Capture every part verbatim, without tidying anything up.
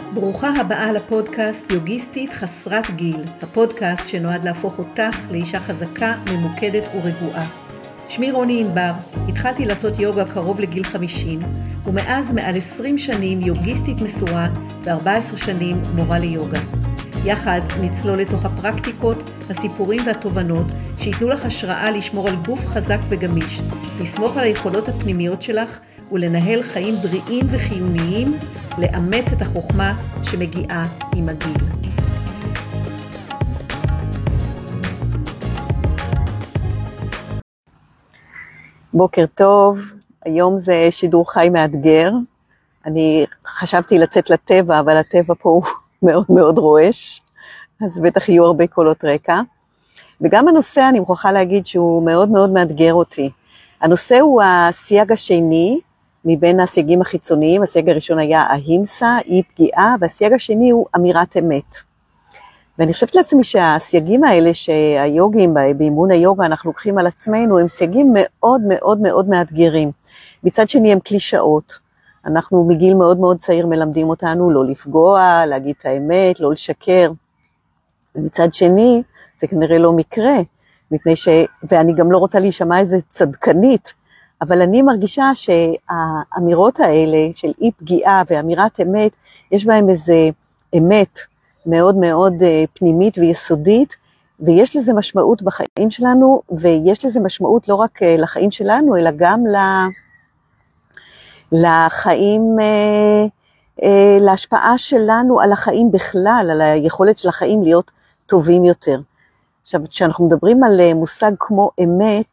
ברוכה הבאה לפודקאסט יוגיסטית חסרת גיל, הפודקאסט שנועד להפוך אותך לאישה חזקה, ממוקדת ורגועה. שמי רוני ענבר, התחלתי לעשות יוגה קרוב לגיל חמישים, ומאז מעל עשרים שנים יוגיסטית מסורה ו-ארבע עשרה שנים מורה ליוגה. יחד נצלול לתוך הפרקטיקות, הסיפורים והתובנות שיתנו לך השראה לשמור על גוף חזק וגמיש, לסמוך על היכולות הפנימיות שלך ולנהל חיים בריאים וחיוניים, לאמץ את החוכמה שמגיעה עם הגיל. בוקר טוב, היום זה שידור חי מאתגר. אני חשבתי לצאת לטבע, אבל הטבע פה הוא מאוד מאוד רועש, אז בטח יהיו הרבה קולות רקע. וגם הנושא, אני מוכרחה להגיד שהוא מאוד מאוד מאתגר אותי. הנושא הוא הסייג השני, מבין הסייגים החיצוניים. הסייג הראשון היה ההימסה, אי פגיעה, והסייג השני הוא אמירת אמת. ואני חושבת לעצמי שהסייגים האלה שהיוגים, באימון היוגה אנחנו לוקחים על עצמנו, הם סייגים מאוד מאוד מאוד מאתגרים. מצד שני הם קלישאות. אנחנו מגיל מאוד מאוד צעיר מלמדים אותנו לא לפגוע, להגיד את האמת, לא לשקר. ומצד שני זה כנראה לא מקרה, מפני ש... ואני גם לא רוצה להישמע איזה צדקנית, אבל אני מרגישה שהאמירות האלה של אי פגיעה ואמירת אמת, יש בהם איזה אמת מאוד מאוד פנימית ויסודית, ויש לזה משמעות בחיים שלנו, ויש לזה משמעות לא רק לחיים שלנו, אלא גם לחיים, להשפעה שלנו על החיים בכלל, על היכולת של החיים להיות טובים יותר. עכשיו, כשאנחנו מדברים על מושג כמו אמת,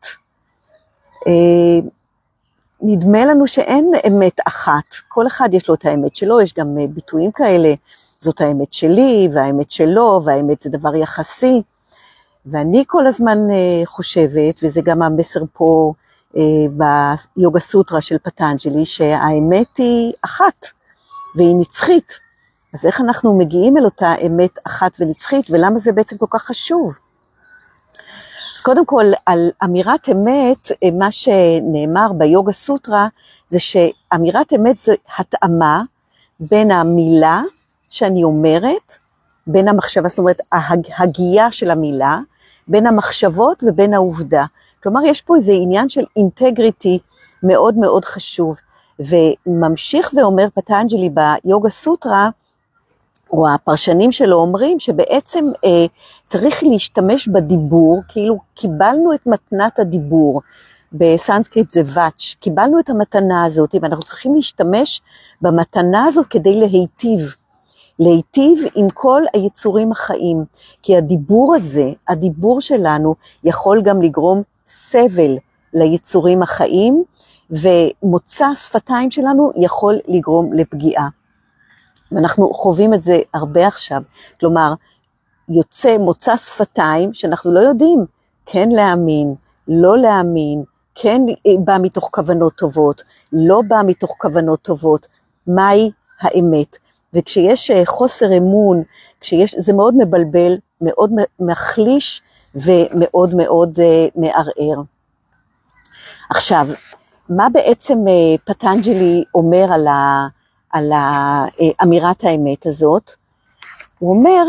נדמה לנו שאין אמת אחת, כל אחד יש לו את האמת שלו, יש גם ביטויים כאלה, זאת האמת שלי והאמת שלו, והאמת זה דבר יחסי, ואני כל הזמן חושבת, וזה גם המסר פה ביוגה סוטרה של פטנג'לי, שהאמת היא אחת, והיא נצחית, אז איך אנחנו מגיעים אל אותה אמת אחת ונצחית, ולמה זה בעצם כל כך חשוב? אז קודם כל, על אמירת אמת, מה שנאמר ביוגה סוטרה, זה שאמירת אמת זה התאמה בין המילה שאני אומרת, בין המחשבה, זאת אומרת, ההגייה של המילה, בין המחשבות ובין העובדה. כלומר, יש פה איזה עניין של אינטגריטי מאוד מאוד חשוב, וממשיך ואומר פטנג'לי ביוגה סוטרה, או הפרשנים שלו אומרים שבעצם אה, צריך להשתמש בדיבור, כאילו קיבלנו את מתנת הדיבור, בסנסקריט זה ואץ', קיבלנו את המתנה הזאת, ואנחנו צריכים להשתמש במתנה הזאת כדי להיטיב, להיטיב עם כל היצורים החיים, כי הדיבור הזה, הדיבור שלנו, יכול גם לגרום סבל ליצורים החיים, ומוצא השפתיים שלנו יכול לגרום לפגיעה. ואנחנו חווים את זה הרבה עכשיו, כלומר, יוצא מוצא שפתיים שאנחנו לא יודעים, כן להאמין, לא להאמין, כן בא מתוך כוונות טובות, לא בא מתוך כוונות טובות, מהי האמת? וכשיש חוסר אמון, כשיש, זה מאוד מבלבל, מאוד מחליש ומאוד מאוד מערער. עכשיו, מה בעצם פטנג'לי אומר על ה... על אמירת האמת הזאת? הוא אומר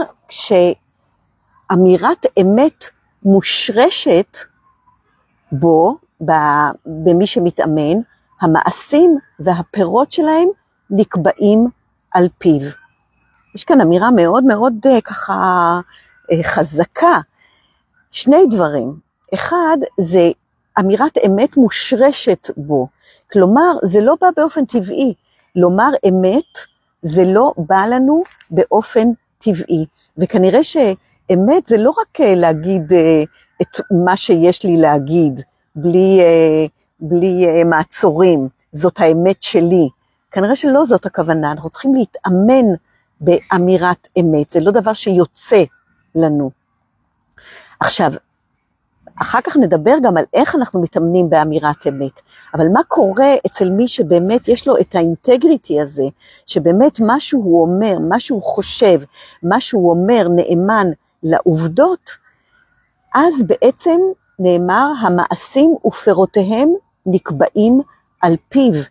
שאמירת אמת מושרשת בו, במי שמתאמן, המעשים והפירות שלהם נקבעים על פיו. יש כאן אמירה מאוד מאוד ככה חזקה. שני דברים. אחד זה אמירת אמת מושרשת בו. כלומר, זה לא בא באופן טבעי. לומר אמת זה לא בא לנו באופן טבעי, וכנראה שאמת זה לא רק להגיד את מה שיש לי להגיד, בלי, בלי מעצורים, זאת האמת שלי, כנראה שלא זאת הכוונה, אנחנו צריכים להתאמן באמירת אמת, זה לא דבר שיוצא לנו. עכשיו, אחר כך נדבר גם על איך אנחנו מתאמנים באמירת אמת, אבל מה קורה אצל מי שבאמת יש לו את האינטגריטי הזה, שבאמת מה שהוא אומר, מה שהוא חושב, מה שהוא אומר נאמן לעובדות, אז בעצם נאמר המעשים ופירותיהם נקבעים על פיו,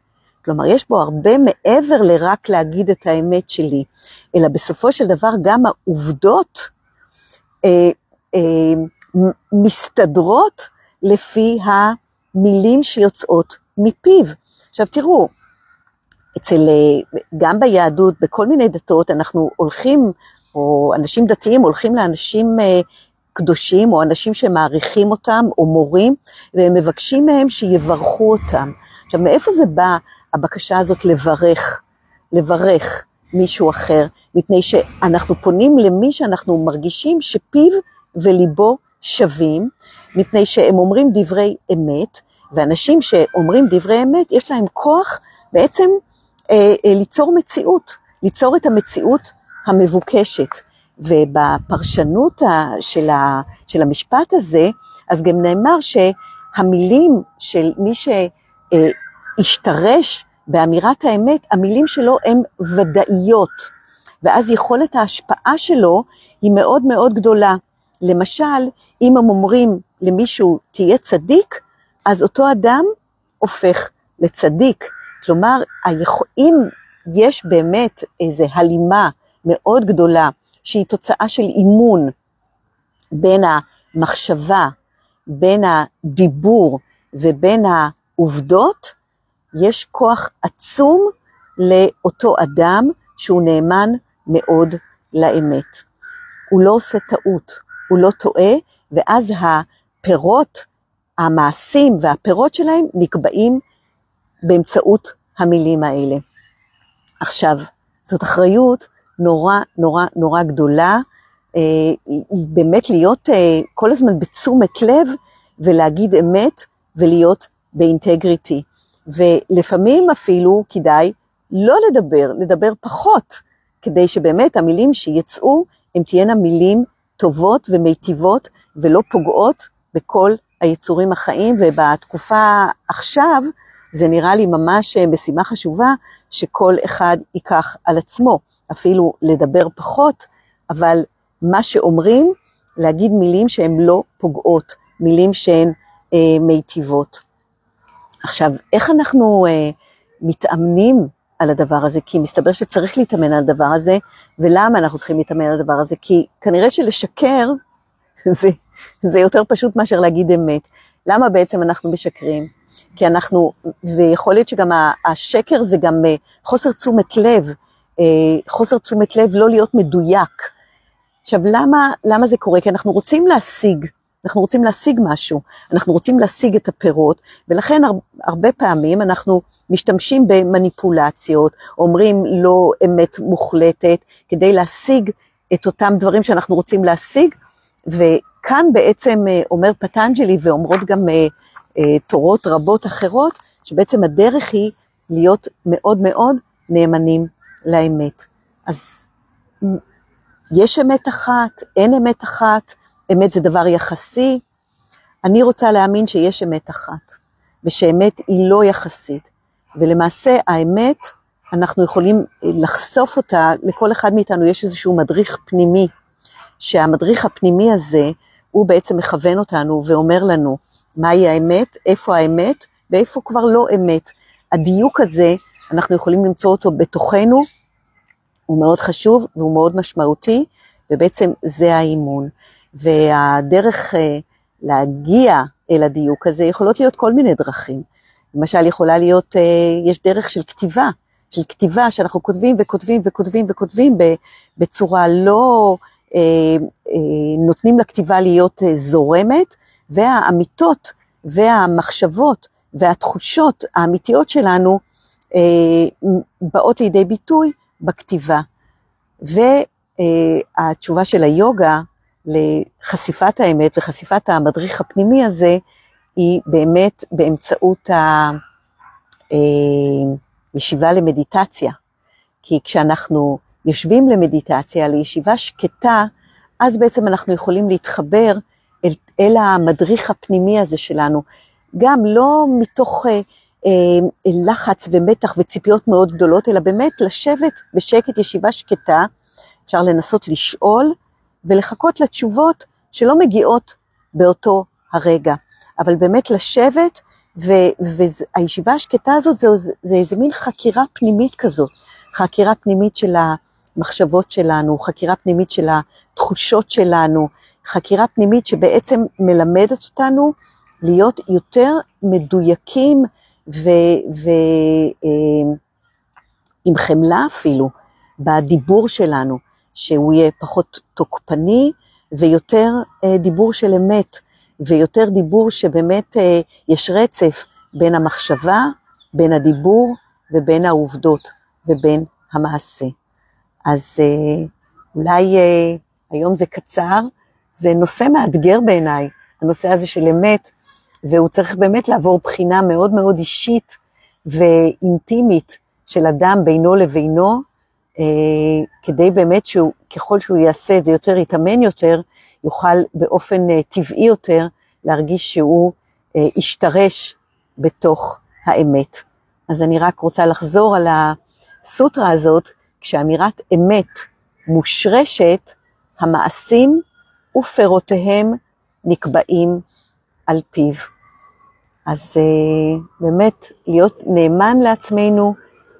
כלומר, יש בו הרבה מעבר לרק להגיד את האמת שלי, אלא בסופו של דבר גם העובדות אה, אה, מסתדרות לפי המילים שיוצאות מפיו. עכשיו תראו, אצל, גם ביהדות, בכל מיני דתות, אנחנו הולכים, או אנשים דתיים הולכים לאנשים אה, קדושים, או אנשים שמעריכים אותם, או מורים, והם מבקשים מהם שיברכו אותם. עכשיו, מאיפה זה בא הבקשה הזאת לברך, לברך מישהו אחר? מפני שאנחנו פונים למי שאנחנו מרגישים שפיו וליבו שווים, מפני שהם אומרים דברי אמת, ואנשים שאומרים דברי אמת, יש להם כוח בעצם אה, אה, ליצור מציאות, ליצור את המציאות המבוקשת. ובפרשנות של, ה, של המשפט הזה, אז גם נאמר שהמילים של מי שהשתרש באמירת האמת, המילים שלו הן ודאיות, ואז יכולת ההשפעה שלו היא מאוד מאוד גדולה. למשל, אם הם אומרים למישהו תהיה צדיק, אז אותו אדם הופך לצדיק. כלומר, אם יש באמת איזו הלימה מאוד גדולה, שהיא תוצאה של אימון בין המחשבה, בין הדיבור ובין העובדות, יש כוח עצום לאותו אדם שהוא נאמן מאוד לאמת. הוא לא עושה טעות, הוא לא טועה, ואז הפירות, המעשים והפירות שלהם נקבעים באמצעות המילים האלה. עכשיו, זאת אחריות נורא נורא נורא גדולה, אה, באמת להיות אה, כל הזמן בתשומת לב, ולהגיד אמת, ולהיות באינטגריטי. ולפעמים אפילו כדאי לא לדבר, לדבר פחות, כדי שבאמת המילים שיצאו, הם תהיינה מילים טובות ומיטיבות, ולא פוגעות בכל היצורים החיים, ובתקופה עכשיו, זה נראה לי ממש משימה חשובה, שכל אחד ייקח על עצמו, אפילו לדבר פחות, אבל מה שאומרים, להגיד מילים שהן לא פוגעות, מילים שהן אה, מיטיבות. עכשיו, איך אנחנו אה, מתאמנים על הדבר הזה? כי מסתבר שצריך להתאמן על הדבר הזה, ולמה אנחנו צריכים להתאמן על הדבר הזה? כי כנראה שלשקר, זה, זה יותר פשוט מאשר להגיד אמת. למה בעצם אנחנו משקרים? כי אנחנו, ויכול להיות שגם השקר זה גם חוסר תשומת לב, חוסר תשומת לב לא להיות מדויק. עכשיו, למה, למה זה קורה? כי אנחנו רוצים להשיג, אנחנו רוצים להשיג משהו, אנחנו רוצים להשיג את הפירות, ולכן הרבה פעמים אנחנו משתמשים במניפולציות, אומרים לא אמת מוחלטת, כדי להשיג את אותם דברים שאנחנו רוצים להשיג, וכאן בעצם אומר פטנג'לי, ואומרות גם תורות רבות אחרות, שבעצם הדרך היא להיות מאוד מאוד נאמנים לאמת. אז יש אמת אחת, אין אמת אחת, אמת זה דבר יחסי. אני רוצה להאמין שיש אמת אחת, ושאמת היא לא יחסית, ולמעשה האמת, אנחנו יכולים לחשוף אותה, לכל אחד מאיתנו יש איזשהו מדריך פנימי, שהמדריך הפנימי הזה, הוא בעצם מכוון אותנו ואומר לנו, מהי האמת, איפה האמת, ואיפה כבר לא אמת. הדיוק הזה, אנחנו יכולים למצוא אותו בתוכנו, הוא מאוד חשוב והוא מאוד משמעותי, ובעצם זה האימון. והדרך להגיע אל הדיוק הזה, יכולות להיות כל מיני דרכים. למשל, יכולה להיות, יש דרך של כתיבה, של כתיבה שאנחנו כותבים וכותבים וכותבים וכותבים בצורה לא נותנים לכתיבה להיות זורמת, והאמיתות והמחשבות והתחושות האמיתיות שלנו באות לידי ביטוי בכתיבה. והתשובה של היוגה לחשיפת האמת וחשיפת המדריך הפנימי הזה, היא באמת באמצעות הישיבה למדיטציה. כי כשאנחנו יושבים למדיטציה, לישיבה שקטה, אז בעצם אנחנו יכולים להתחבר אל, אל המדריך הפנימי הזה שלנו, גם לא מתוך אה, אה, לחץ ומתח וציפיות מאוד גדולות, אלא באמת לשבת בשקט, ישיבה שקטה, אפשר לנסות לשאול ולחכות לתשובות שלא מגיעות באותו הרגע, אבל באמת לשבת והישיבה השקטה הזאת זה, זה איזה מין חקירה פנימית כזאת, חקירה פנימית של המחשבות שלנו, חקירה פנימית של התחושות שלנו, חקירה פנימית שבעצם מלמדת אותנו להיות יותר מדויקים ועם חמלה אפילו בדיבור שלנו, שהוא יהיה פחות תוקפני ויותר דיבור של אמת, ויותר דיבור שבאמת יש רצף בין המחשבה, בין הדיבור ובין העובדות ובין המעשה. אז אולי היום זה קצר, זה נושא מאתגר בעיניי, הנושא הזה של אמת, והוא צריך באמת לעבור בחינה מאוד מאוד אישית ואינטימית של אדם בינו לבינו, כדי באמת שככל שהוא יעשה את זה יותר, יתאמן יותר, יוכל באופן טבעי יותר להרגיש שהוא ישתרש בתוך האמת. אז אני רק רוצה לחזור על הסוטרה הזאת, כשאמירת אמת מושרשת, המעשים ופירותיהם נקבעים על פיו. אז באמת להיות נאמן לעצמנו,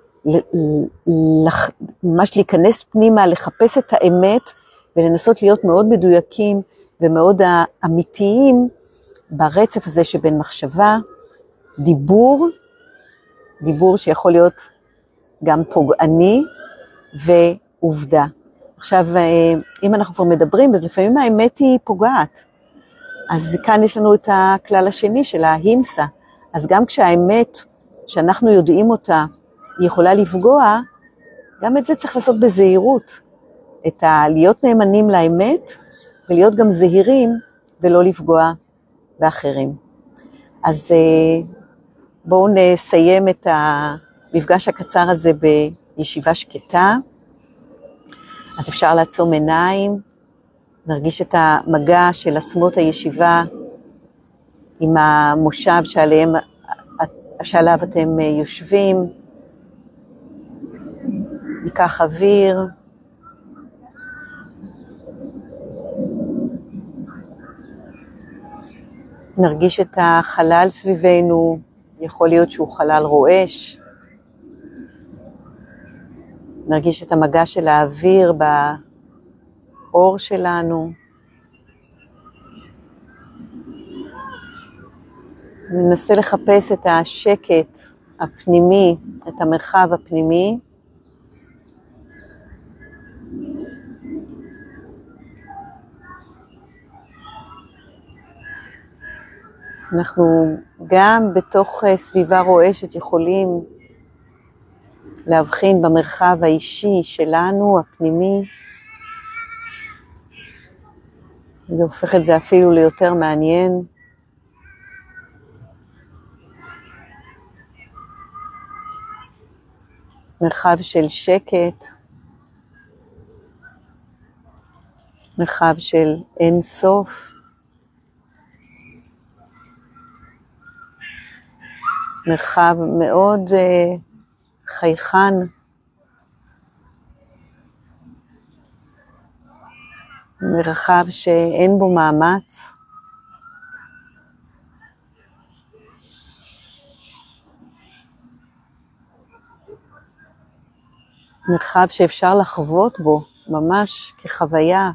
ממש להיכנס פנימה, לחפש את האמת, ולנסות להיות מאוד מדויקים ומאוד אמיתיים ברצף הזה שבין מחשבה, דיבור, דיבור שיכול להיות גם פוגעני ועובדה. עכשיו, אם אנחנו כבר מדברים, אז לפעמים האמת היא פוגעת. אז כאן יש לנו את הכלל השני של ההימסה. אז גם כשהאמת שאנחנו יודעים אותה, היא יכולה לפגוע, גם את זה צריך לעשות בזהירות. את ה- להיות נאמנים לאמת, ולהיות גם זהירים, ולא לפגוע באחרים. אז בואו נסיים את המפגש הקצר הזה בישיבה שקטה. אז אפשר לעצום עיניים, נרגיש את המגע של עצמות הישיבה, עם המושב שעליהם, שעליו אתם יושבים. ניקח אוויר. נרגיש את החלל סביבנו, יכול להיות שהוא חלל רועש. נרגיש את המגע של האוויר באור שלנו. ננסה לחפש את השקט הפנימי, את המרחב הפנימי. אנחנו גם בתוך סביבה רועשת יכולים להבחין במרחב האישי שלנו, הפנימי. זה הופך את זה אפילו ליותר מעניין. מרחב של שקט, מרחב של אין סוף, מרחב מאוד uh, חייכן, מרחב שאין בו מאמץ, מרחב שאפשר לחוות בו ממש כחוויה,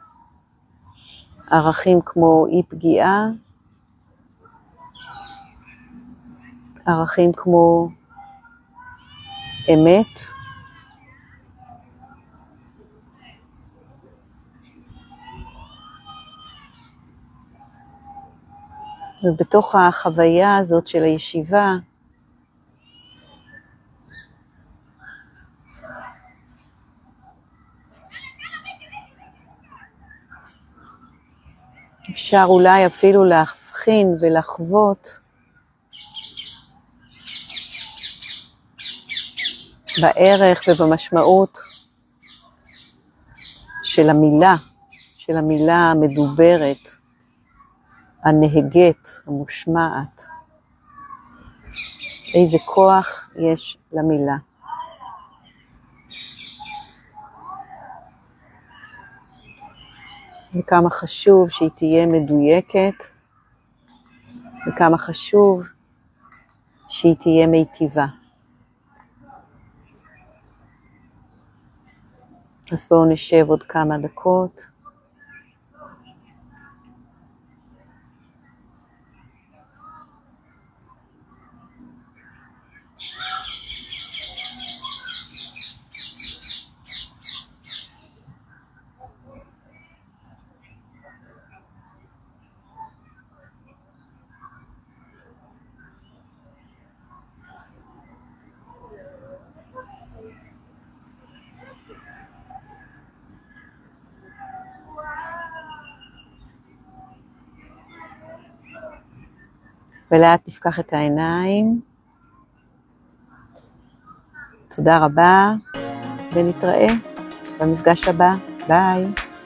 ערכים כמו אי פגיעה, ערכים כמו אמת, ובתוך החוויה הזאת של הישיבה, אפשר אולי אפילו להבחין ולחוות בערך ובמשמעות של המילה, של המילה המדוברת, הנהגת, המושמעת. איזה כוח יש למילה. וכמה חשוב שהיא תהיה מדויקת, וכמה חשוב שהיא תהיה מיטיבה. אז בואו נשב עוד כמה דקות. ולאט נפקח את העיניים. תודה רבה, ונתראה במפגש הבא. ביי.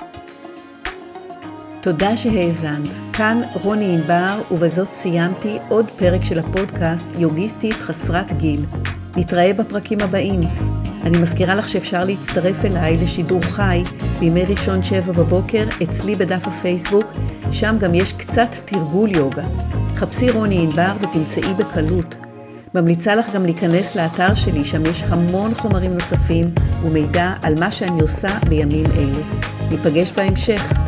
תודה שהאזנת. כאן רוני ענבר, ובזאת סיימתי עוד פרק של הפודקאסט יוגיסטית חסרת גיל. נתראה בפרקים הבאים. אני מזכירה לך שאפשר להצטרף אליי לשידור חי בימי ראשון שבע בבוקר אצלי בדף הפייסבוק, שם גם יש קצת תרגול יוגה. חפשי רוני ענבר ותמצאי בקלות. ממליצה לך גם להיכנס לאתר שלי, שם יש המון חומרים נוספים ומידע על מה שאני עושה בימים אלה. ניפגש בהמשך.